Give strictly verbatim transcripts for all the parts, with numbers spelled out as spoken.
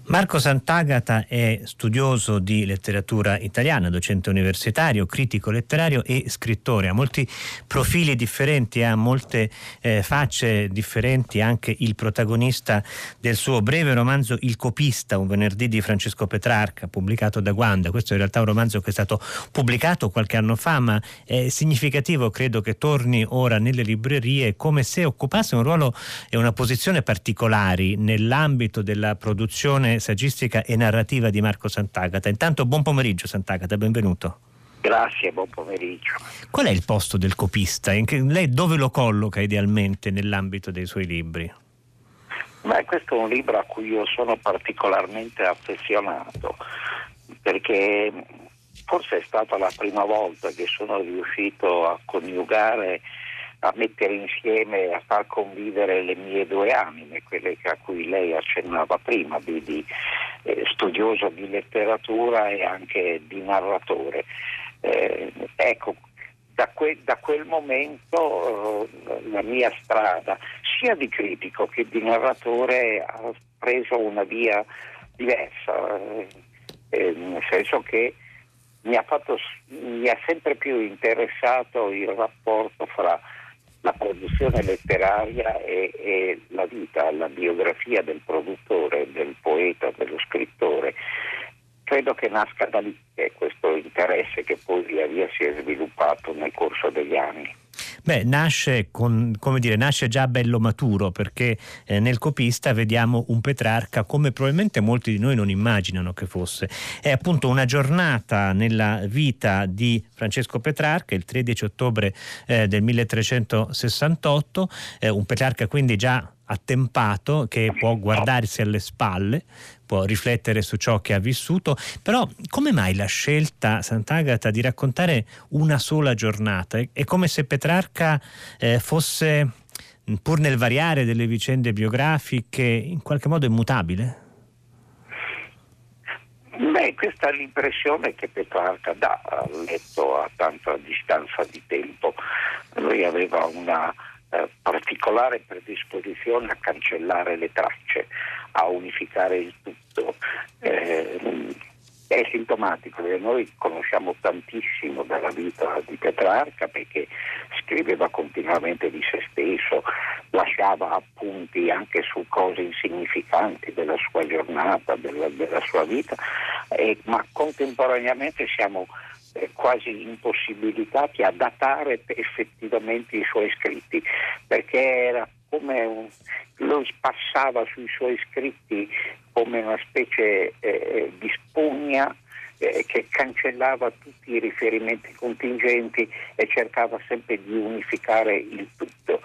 Marco Santagata è studioso di letteratura italiana, docente universitario, critico letterario e scrittore. Ha molti profili differenti, ha molte eh, facce differenti, anche il protagonista del suo breve romanzo Il copista, un venerdì di Francesco Petrarca, pubblicato da Guanda. Questo è in realtà un romanzo che è stato pubblicato qualche anno fa, ma è significativo, credo, che torni ora nelle librerie, come se occupasse un ruolo e una posizione particolari nell'ambito della produzione saggistica e narrativa di Marco Santagata. Intanto buon pomeriggio Santagata, benvenuto. Grazie, buon pomeriggio. Qual è il posto del copista? In che, lei dove lo colloca idealmente nell'ambito dei suoi libri? Beh, questo è un libro a cui io sono particolarmente affezionato, perché forse è stata la prima volta che sono riuscito a coniugare, a mettere insieme, a far convivere le mie due anime, quelle a cui lei accennava prima, di, di eh, studioso di letteratura e anche di narratore. Eh, ecco, da, que, da quel momento eh, la mia strada, sia di critico che di narratore, ha preso una via diversa, eh, eh, nel senso che mi ha, fatto, mi ha sempre più interessato il rapporto fra la produzione letteraria e, e la vita, la biografia del produttore, del poeta, dello scrittore. Credo che nasca da lì eh, questo interesse che poi via via si è sviluppato nel corso degli anni. Beh, nasce con, come dire, nasce già bello maturo, perché eh, nel copista vediamo un Petrarca come probabilmente molti di noi non immaginano che fosse. È appunto una giornata nella vita di Francesco Petrarca, il tredici ottobre eh, del milletrecentosessantotto, eh, un Petrarca quindi già attempato, che può guardarsi alle spalle, può riflettere su ciò che ha vissuto. Però come mai la scelta, Santagata, di raccontare una sola giornata? È come se Petrarca eh, fosse, pur nel variare delle vicende biografiche, in qualche modo immutabile? Beh, questa è l'impressione che Petrarca dà, letto a tanta distanza di tempo. Lui aveva una Eh, particolare predisposizione a cancellare le tracce, a unificare il tutto. Eh, è sintomatico che noi conosciamo tantissimo della vita di Petrarca, perché scriveva continuamente di se stesso, lasciava appunti anche su cose insignificanti della sua giornata, della, della sua vita, eh, ma contemporaneamente siamo Eh, quasi impossibilitati a datare effettivamente i suoi scritti, perché era come un, lui passava sui suoi scritti come una specie eh, di spugna eh, che cancellava tutti i riferimenti contingenti e cercava sempre di unificare il tutto.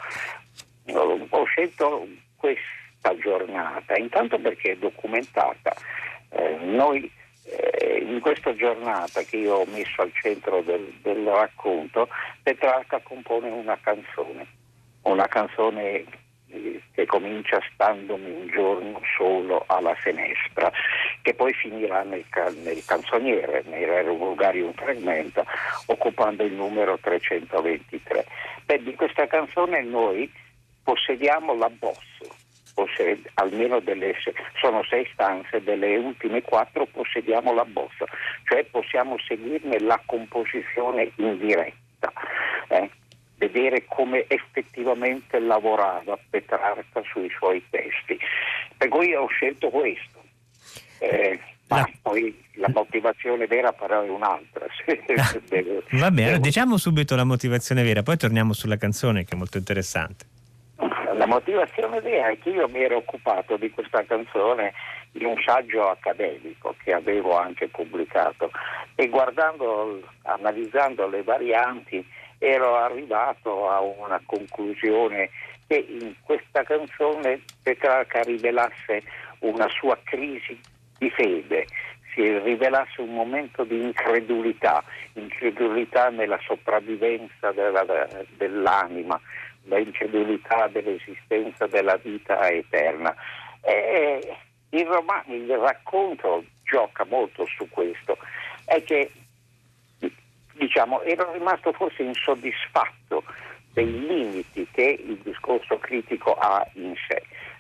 Ho scelto questa giornata intanto perché è documentata. Eh, noi in questa giornata che io ho messo al centro del, del racconto, Petrarca compone una canzone, una canzone che comincia standomi un giorno solo alla finestra, che poi finirà nel, nel canzoniere, nel Rerum Vulgarium Fragmenta, occupando il numero trecentoventitré. Beh, di questa canzone noi possediamo l'abbozzo. Possed- almeno delle sono sei stanze, delle ultime quattro possediamo la bozza, cioè possiamo seguirne la composizione in diretta, eh? vedere come effettivamente lavorava Petrarca sui suoi testi. Per cui ho scelto questo. Eh, ma la... poi la motivazione vera però è un'altra. devo, Va bene, devo... diciamo subito la motivazione vera, poi torniamo sulla canzone che è molto interessante. La motivazione vera è che io mi ero occupato di questa canzone in un saggio accademico che avevo anche pubblicato, e guardando, analizzando le varianti, ero arrivato a una conclusione che in questa canzone Petrarca rivelasse una sua crisi di fede, si rivelasse un momento di incredulità, incredulità nella sopravvivenza della, dell'anima, la incredulità dell'esistenza della vita eterna. E il, roman- il racconto gioca molto su questo. È che, diciamo, ero rimasto forse insoddisfatto dei limiti che il discorso critico ha in sé.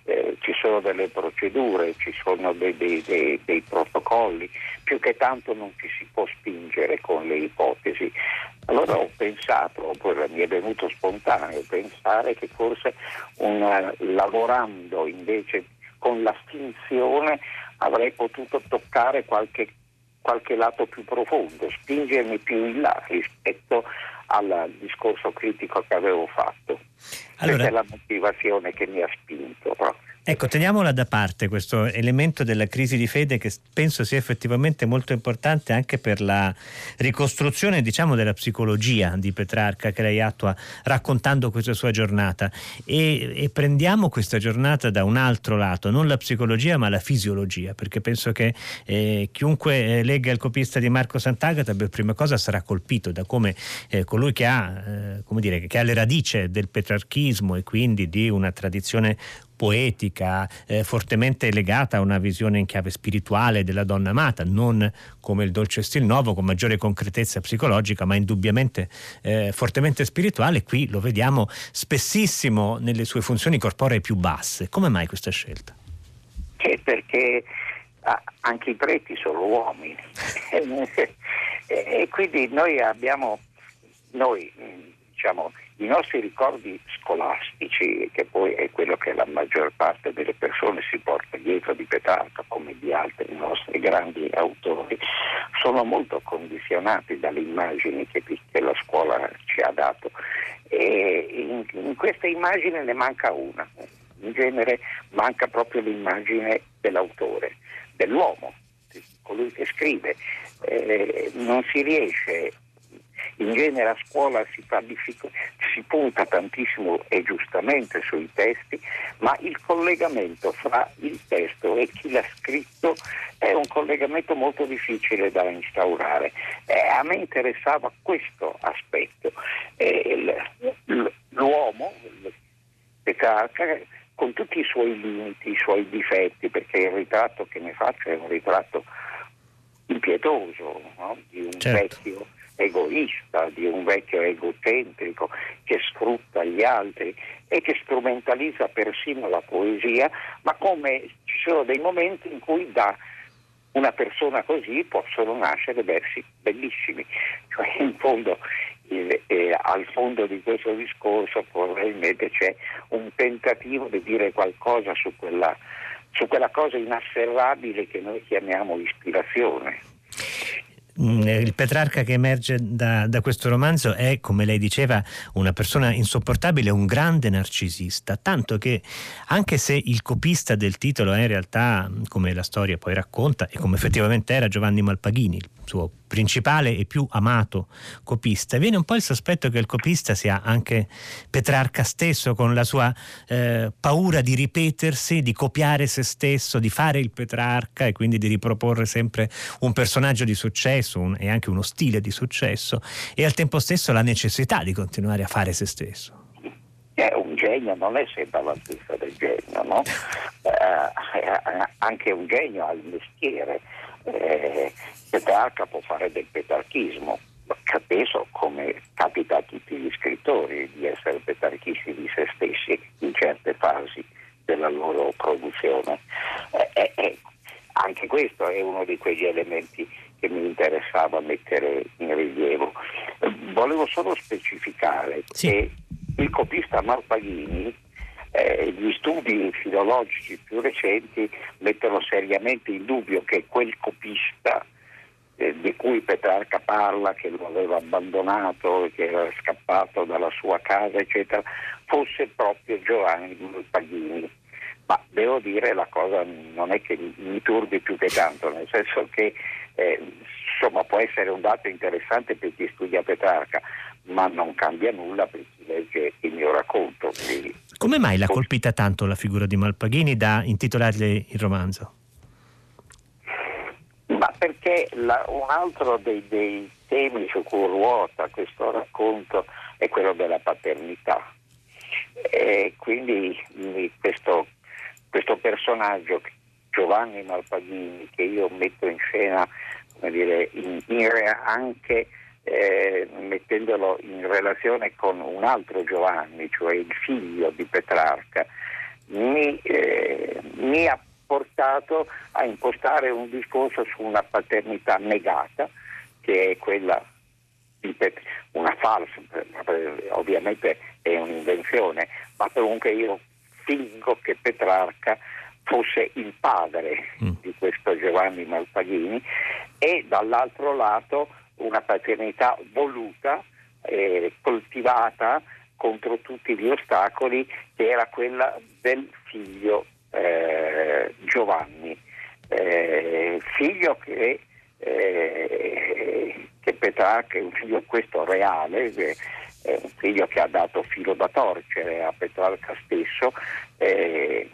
eh, ci sono delle procedure, ci sono dei, dei, dei, dei protocolli, più che tanto non ci si può spingere con le ipotesi. Allora ho pensato, oppure mi è venuto spontaneo pensare che forse una, lavorando invece con l'astinzione avrei potuto toccare qualche, qualche lato più profondo, spingermi più in là rispetto al discorso critico che avevo fatto. Allora, questa è la motivazione che mi ha spinto. Ecco, teniamola da parte questo elemento della crisi di fede, che penso sia effettivamente molto importante anche per la ricostruzione, diciamo, della psicologia di Petrarca che lei attua raccontando questa sua giornata, e, e prendiamo questa giornata da un altro lato, non la psicologia ma la fisiologia, perché penso che eh, chiunque eh, legga il copista di Marco Sant'Agata per prima cosa sarà colpito da come eh, colui che ha, eh, come dire, che ha le radici del petrarchismo e quindi di una tradizione poetica eh, fortemente legata a una visione in chiave spirituale della donna amata, non come il dolce stil nuovo con maggiore concretezza psicologica, ma indubbiamente eh, fortemente spirituale. Qui lo vediamo spessissimo nelle sue funzioni corporee più basse. Come mai questa scelta? Che perché ah, anche i preti sono uomini e quindi noi abbiamo noi diciamo i nostri ricordi scolastici, che poi è quello che la maggior parte delle persone si porta dietro di Petrarca come di altri nostri grandi autori, sono molto condizionati dalle immagini che, che la scuola ci ha dato, e in, in questa immagine ne manca una. In genere manca proprio l'immagine dell'autore, dell'uomo, di colui che scrive. Eh, non si riesce. In genere a scuola si fa diffic- si punta tantissimo e giustamente sui testi, ma il collegamento fra il testo e chi l'ha scritto è un collegamento molto difficile da instaurare. Eh, a me interessava questo aspetto. Eh, l- l'uomo, Petrarca, con tutti i suoi limiti, i suoi difetti, perché il ritratto che ne faccio è un ritratto impietoso, no? Di un certo. vecchio egoista, di un vecchio egocentrico che sfrutta gli altri e che strumentalizza persino la poesia, ma come ci sono dei momenti in cui da una persona così possono nascere versi bellissimi. Cioè in fondo il, eh, al fondo di questo discorso probabilmente c'è un tentativo di dire qualcosa su quella, su quella cosa inafferrabile che noi chiamiamo ispirazione. Il Petrarca che emerge da, da questo romanzo è, come lei diceva, una persona insopportabile, un grande narcisista, tanto che anche se il copista del titolo è in realtà, come la storia poi racconta e come effettivamente era Giovanni Malpaghini, il suo principale e più amato copista, viene un po' il sospetto che il copista sia anche Petrarca stesso, con la sua eh, paura di ripetersi, di copiare se stesso, di fare il Petrarca e quindi di riproporre sempre un personaggio di successo un, e anche uno stile di successo, e al tempo stesso la necessità di continuare a fare se stesso. È un genio, non è sempre all'altezza del genio, no? Eh, anche un genio ha il mestiere. Eh, Petrarca può fare del petrarchismo, penso, come capita a tutti gli scrittori, di essere petrarchisti di se stessi in certe fasi della loro produzione. Eh, eh, anche questo è uno di quegli elementi che mi interessava mettere in rilievo. Volevo solo specificare sì. che il copista Malpaghini, eh, gli studi filologici più recenti mettono seriamente in dubbio che quel copista eh, di cui Petrarca parla, che lo aveva abbandonato, che era scappato dalla sua casa, eccetera, fosse proprio Giovanni Malpaghini. Ma devo dire, la cosa non è che mi turbi più che tanto, nel senso che eh, insomma può essere un dato interessante per chi studia Petrarca, ma non cambia nulla per chi legge il mio racconto. Quindi, come mai l'ha colpita tanto la figura di Malpaghini da intitolargli il romanzo? Ma perché la, un altro dei, dei temi su cui ruota questo racconto è quello della paternità, e quindi questo, questo personaggio Giovanni Malpaghini, che io metto in scena, come dire, in, in re, anche eh, mettendolo in relazione con un altro Giovanni, cioè il figlio di Petrarca, mi, eh, mi ha portato a impostare un discorso su una paternità negata, che è quella di Pet- una falsa, ovviamente è un'invenzione, ma comunque io fingo che Petrarca fosse il padre mm. di questo Giovanni Malpaghi, e dall'altro lato una paternità voluta, eh, coltivata contro tutti gli ostacoli, che era quella del figlio eh, Giovanni, eh, figlio che, eh, che Petrarca è un figlio questo reale, eh, è un figlio che ha dato filo da torcere a Petrarca stesso, eh,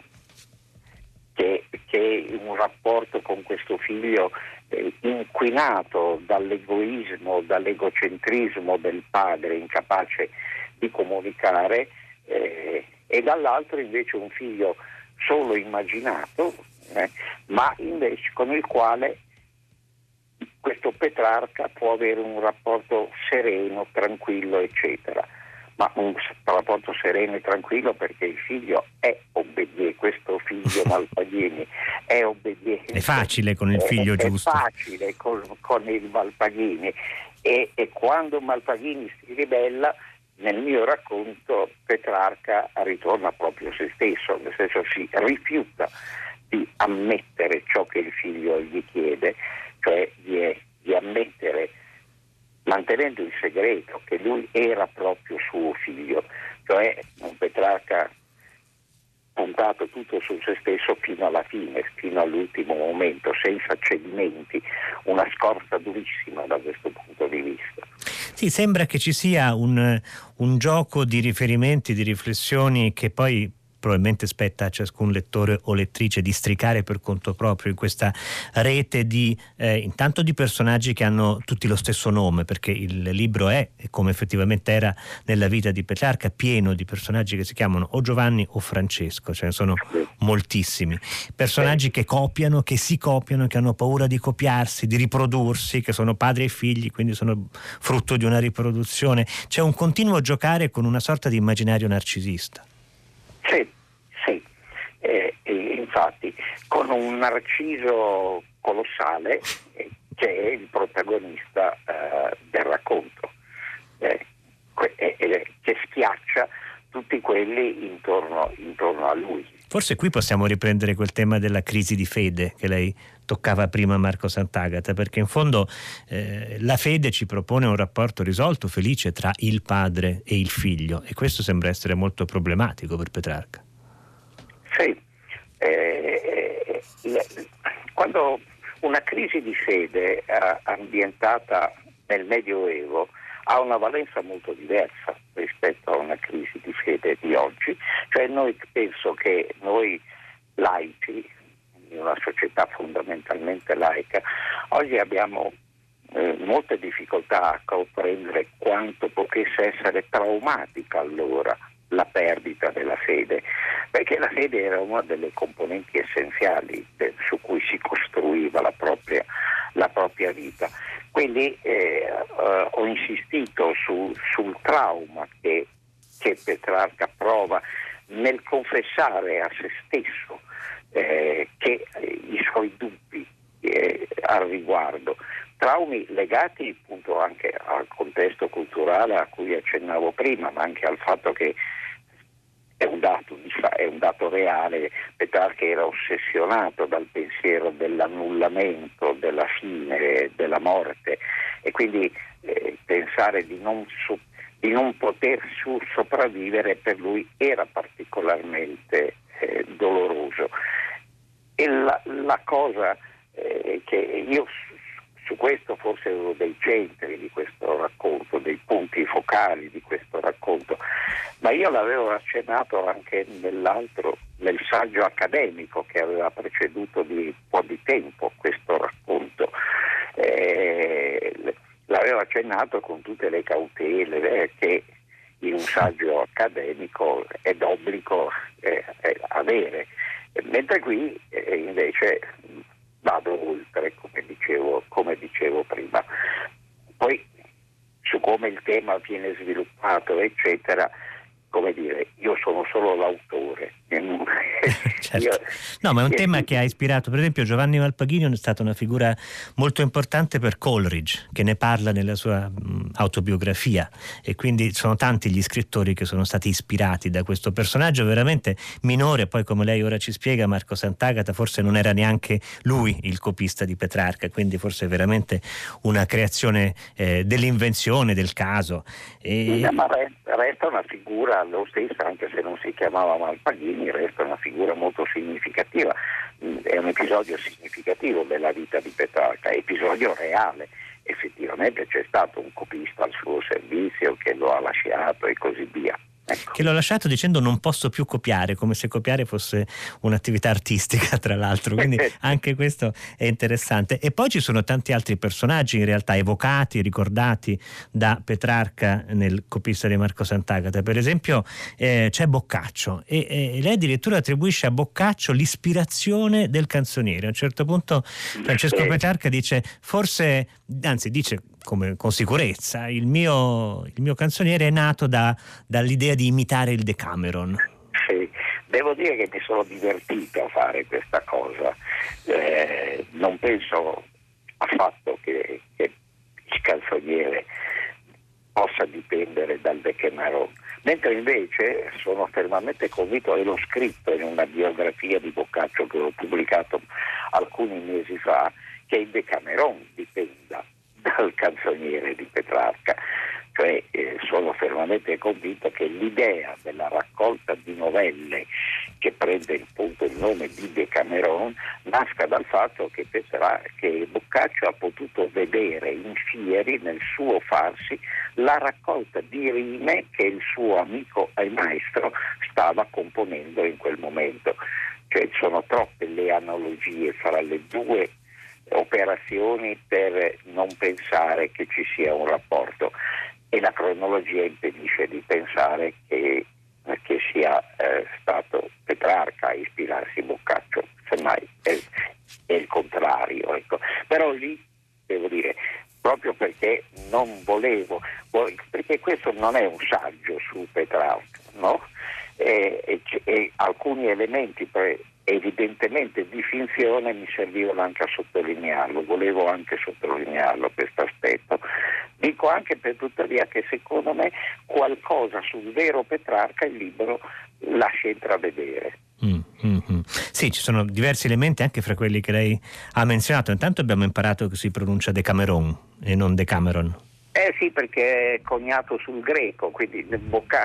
che, che un rapporto con questo figlio eh, inquinato dall'egoismo, dall'egocentrismo del padre, incapace di comunicare, eh, e dall'altro invece un figlio solo immaginato, eh, ma invece con il quale questo Petrarca può avere un rapporto sereno, tranquillo, eccetera. Ma un rapporto sereno e tranquillo perché il figlio è obbediente, questo figlio Malpaghi è obbediente. È facile con il figlio, è, giusto? È facile con, con il Malpaghi, e, e quando Malpaghi si ribella, nel mio racconto Petrarca ritorna proprio a se stesso, nel senso si rifiuta di ammettere ciò che il figlio gli chiede, cioè di, di ammettere, mantenendo il segreto, che lui era proprio suo figlio, cioè un Petrarca puntato tutto su se stesso fino alla fine, fino all'ultimo momento, senza cedimenti, una scorza durissima da questo punto di vista. Sì, sembra che ci sia un, un gioco di riferimenti, di riflessioni che poi probabilmente spetta a ciascun lettore o lettrice districare per conto proprio in questa rete di eh, intanto di personaggi che hanno tutti lo stesso nome, perché il libro è, come effettivamente era nella vita di Petrarca, pieno di personaggi che si chiamano o Giovanni o Francesco, ce ne sono moltissimi, personaggi che copiano, che si copiano, che hanno paura di copiarsi, di riprodursi, che sono padri e figli, quindi sono frutto di una riproduzione. C'è un continuo giocare con una sorta di immaginario narcisista. Sì, sì, eh, infatti con un Narciso colossale, eh, che è il protagonista eh, del racconto, eh, eh, eh, che schiaccia tutti quelli intorno, intorno a lui. Forse qui possiamo riprendere quel tema della crisi di fede che lei toccava prima, Marco Sant'Agata, perché in fondo eh, la fede ci propone un rapporto risolto, felice tra il padre e il figlio, e questo sembra essere molto problematico per Petrarca. Sì, eh, eh, quando una crisi di fede eh, ambientata nel Medioevo ha una valenza molto diversa rispetto a una crisi di fede di oggi, cioè noi penso che noi laici, in una società fondamentalmente laica, oggi abbiamo eh, molte difficoltà a comprendere quanto potesse essere traumatica allora la perdita della fede, perché la fede era una delle componenti essenziali de, su cui si costruiva la propria, la propria vita. Quindi eh, eh, ho insistito su, sul trauma che, che Petrarca prova nel confessare a se stesso eh, che eh, i suoi dubbi eh, al riguardo, traumi legati appunto anche al contesto culturale a cui accennavo prima, ma anche al fatto che è un dato, è un dato reale. Petrarca era ossessionato dal pensiero dell'annullamento, della fine, della morte, e quindi eh, pensare di non, so, di non poter su, sopravvivere per lui era particolarmente eh, doloroso. E la, la cosa eh, che io su questo forse è uno dei centri di questo racconto, dei punti focali di questo racconto, ma io l'avevo accennato anche nell'altro, nel saggio accademico che aveva preceduto di un po' di tempo questo racconto. Eh, l'avevo accennato con tutte le cautele eh, che in un saggio accademico è d'obbligo eh, eh, avere, mentre qui eh, invece vado oltre, come dicevo, come dicevo prima. Poi su come il tema viene sviluppato, eccetera, come dire, io sono solo l'autore, Certo. Io, no, ma è un io, tema che ha ispirato, per esempio Giovanni Malpaghi è stata una figura molto importante per Coleridge, che ne parla nella sua mh, autobiografia, e quindi sono tanti gli scrittori che sono stati ispirati da questo personaggio veramente minore. Poi, come lei ora ci spiega, Marco Sant'Agata forse non era neanche lui il copista di Petrarca, quindi forse è veramente una creazione eh, dell'invenzione, del caso. E... ma resta una figura lo stesso, anche se non si chiamava Malpaghini, resta una figura molto significativa, è un episodio significativo della vita di Petrarca, episodio reale. Effettivamente c'è stato un copista al suo servizio che lo ha lasciato e così via. Ecco. Che l'ho lasciato dicendo non posso più copiare, come se copiare fosse un'attività artistica, tra l'altro, quindi anche questo è interessante. E poi ci sono tanti altri personaggi in realtà evocati, ricordati da Petrarca nel copista di Marco Sant'Agata. Per esempio eh, c'è Boccaccio e, e lei addirittura attribuisce a Boccaccio l'ispirazione del canzoniere. A un certo punto Francesco Petrarca dice forse, anzi dice come con sicurezza, il mio, il mio canzoniere è nato da, dall'idea di imitare il Decameron. Sì, devo dire che mi sono divertito a fare questa cosa, eh, non penso affatto che, che il canzoniere possa dipendere dal Decameron, mentre invece sono fermamente convinto, e l'ho scritto in una biografia di Boccaccio che ho pubblicato alcuni mesi fa, che il Decameron dipenda dal canzoniere di Petrarca, cioè eh, sono fermamente convinto che l'idea della raccolta di novelle che prende appunto il nome di Decameron nasca dal fatto che, Petrarca, che Boccaccio ha potuto vedere in Fieri, nel suo farsi, la raccolta di rime che il suo amico e maestro stava componendo in quel momento. Cioè sono troppe le analogie fra le due operazioni per non pensare che ci sia un rapporto, e la cronologia impedisce di pensare che, che sia eh, stato Petrarca a ispirarsi a Boccaccio, semmai è, è il contrario, ecco. Però lì devo dire, proprio perché non volevo, perché questo non è un saggio su Petrarca, no? E, e, e alcuni elementi per, evidentemente di finzione mi servivano anche a sottolinearlo, volevo anche sottolinearlo questo aspetto. Dico anche per tuttavia che secondo me qualcosa sul vero Petrarca il libro lascia intravedere. Mm, mm, mm. Sì, ci sono diversi elementi anche fra quelli che lei ha menzionato. Intanto abbiamo imparato che si pronuncia Decameron e non Decameron. Eh sì, perché è coniato sul greco, quindi Bocca,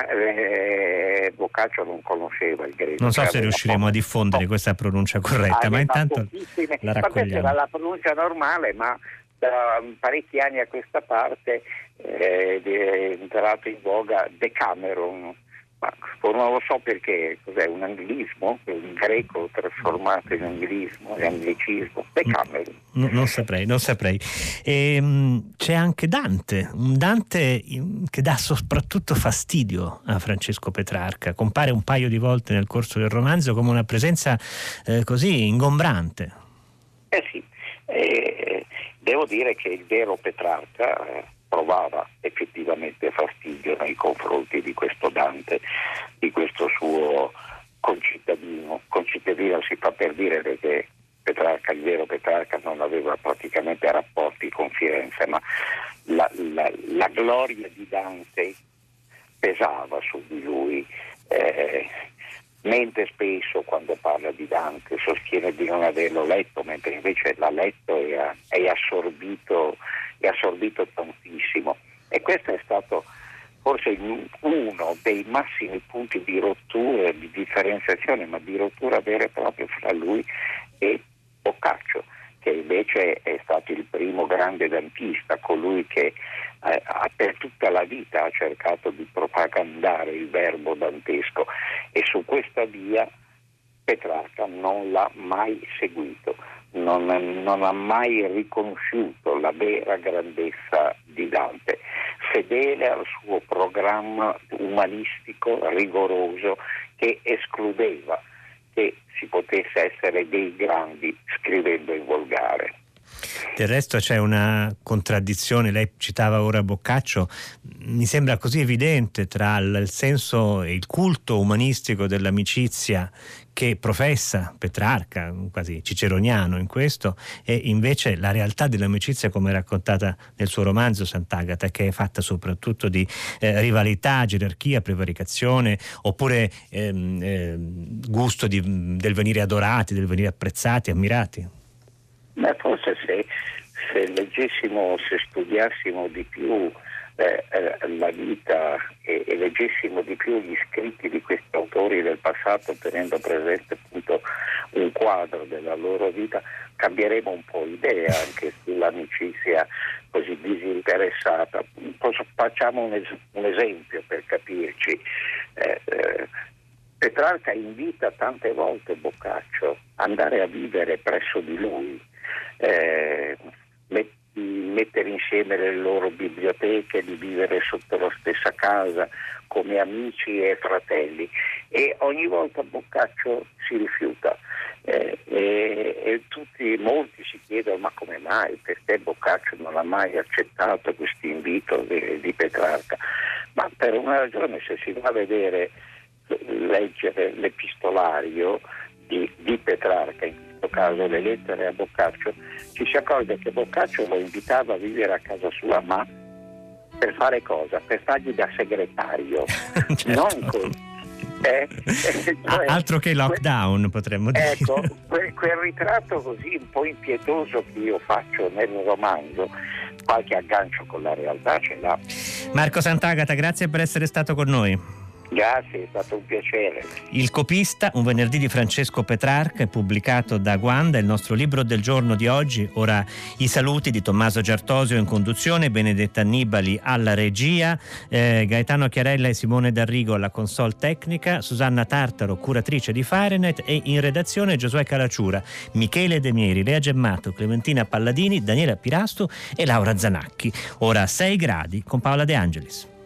eh, Boccaccio non conosceva il greco. Non so se riusciremo po- a diffondere no. questa pronuncia corretta, ma intanto la raccogliamo. Ma questa era la pronuncia normale, ma da parecchi anni a questa parte eh, è entrato in voga Decameron. Ma non lo so perché, cos'è un anglismo, un greco trasformato in anglismo, in anglicismo, Decameron. No, non saprei, non saprei. E, mh, c'è anche Dante, un Dante che dà soprattutto fastidio a Francesco Petrarca, compare un paio di volte nel corso del romanzo come una presenza eh, così ingombrante. Eh sì, eh, devo dire che il vero Petrarca eh, provava effettivamente fastidio nei confronti di questo Dante, di questo suo concittadino. Concittadino si fa per dire perché Petrarca, il vero Petrarca, non aveva praticamente rapporti con Firenze, ma la, la, la gloria di Dante pesava su di lui, eh, mentre spesso quando parla di Dante sostiene di non averlo letto, mentre invece l'ha letto e ha, e assorbito, e assorbito tantissimo. E questo è stato forse uno dei massimi punti di rottura, di differenziazione, ma di rottura vera e propria fra lui e Boccaccio, che invece è stato il primo grande dantista, colui che eh, per tutta la vita ha cercato di propagandare il verbo dantesco, e su questa via Petrarca non l'ha mai seguito, non, non ha mai riconosciuto la vera grandezza di Dante, fedele al suo programma umanistico rigoroso che escludeva che si potesse essere dei grandi scrivendo in volgare. Del resto c'è una contraddizione, lei citava ora Boccaccio, mi sembra così evidente tra il senso e il culto umanistico dell'amicizia che professa Petrarca, quasi ciceroniano in questo, e invece la realtà dell'amicizia come raccontata nel suo romanzo Sant'Agata, che è fatta soprattutto di eh, rivalità, gerarchia, prevaricazione, oppure ehm, eh, gusto di, del venire adorati, del venire apprezzati, ammirati. Beh, forse se, se leggessimo, se studiassimo di più eh, eh, la vita e, e leggessimo di più gli scritti di questi autori del passato, tenendo presente appunto un quadro della loro vita, cambieremo un po' idea anche sull'amicizia così disinteressata. Facciamo un, es- un esempio per capirci. Eh, eh, Petrarca invita tante volte Boccaccio ad andare a vivere presso di lui, eh, met- mettere insieme le loro biblioteche, di vivere sotto la stessa casa come amici e fratelli, e ogni volta Boccaccio si rifiuta eh, e, e tutti, molti si chiedono ma come mai, perché Boccaccio non ha mai accettato questo invito di, di Petrarca, ma per una ragione: se si va a vedere, leggere l'epistolario di, di Petrarca, in questo caso le lettere a Boccaccio, ci si accorge che Boccaccio lo invitava a vivere a casa sua, ma per fare cosa? Per fargli da segretario. Certo. Non con, eh, eh, cioè, altro che lockdown, quel, potremmo dire. Ecco, quel, quel ritratto così un po' impietoso che io faccio nel romanzo, qualche aggancio con la realtà ce l'ha. Marco Sant'Agata, grazie per essere stato con noi. Grazie, è stato un piacere. Il copista, un venerdì di Francesco Petrarca, è pubblicato da Guanda, il nostro libro del giorno di oggi. Ora i saluti di Tommaso Giartosio in conduzione, Benedetta Annibali alla regia, eh, Gaetano Chiarella e Simone D'Arrigo alla console tecnica, Susanna Tartaro, curatrice di Fahrenheit, e in redazione Giosuè Calacciura, Michele De Mieri, Lea Gemmato, Clementina Palladini, Daniela Pirastu e Laura Zanacchi. Ora sei gradi con Paola De Angelis.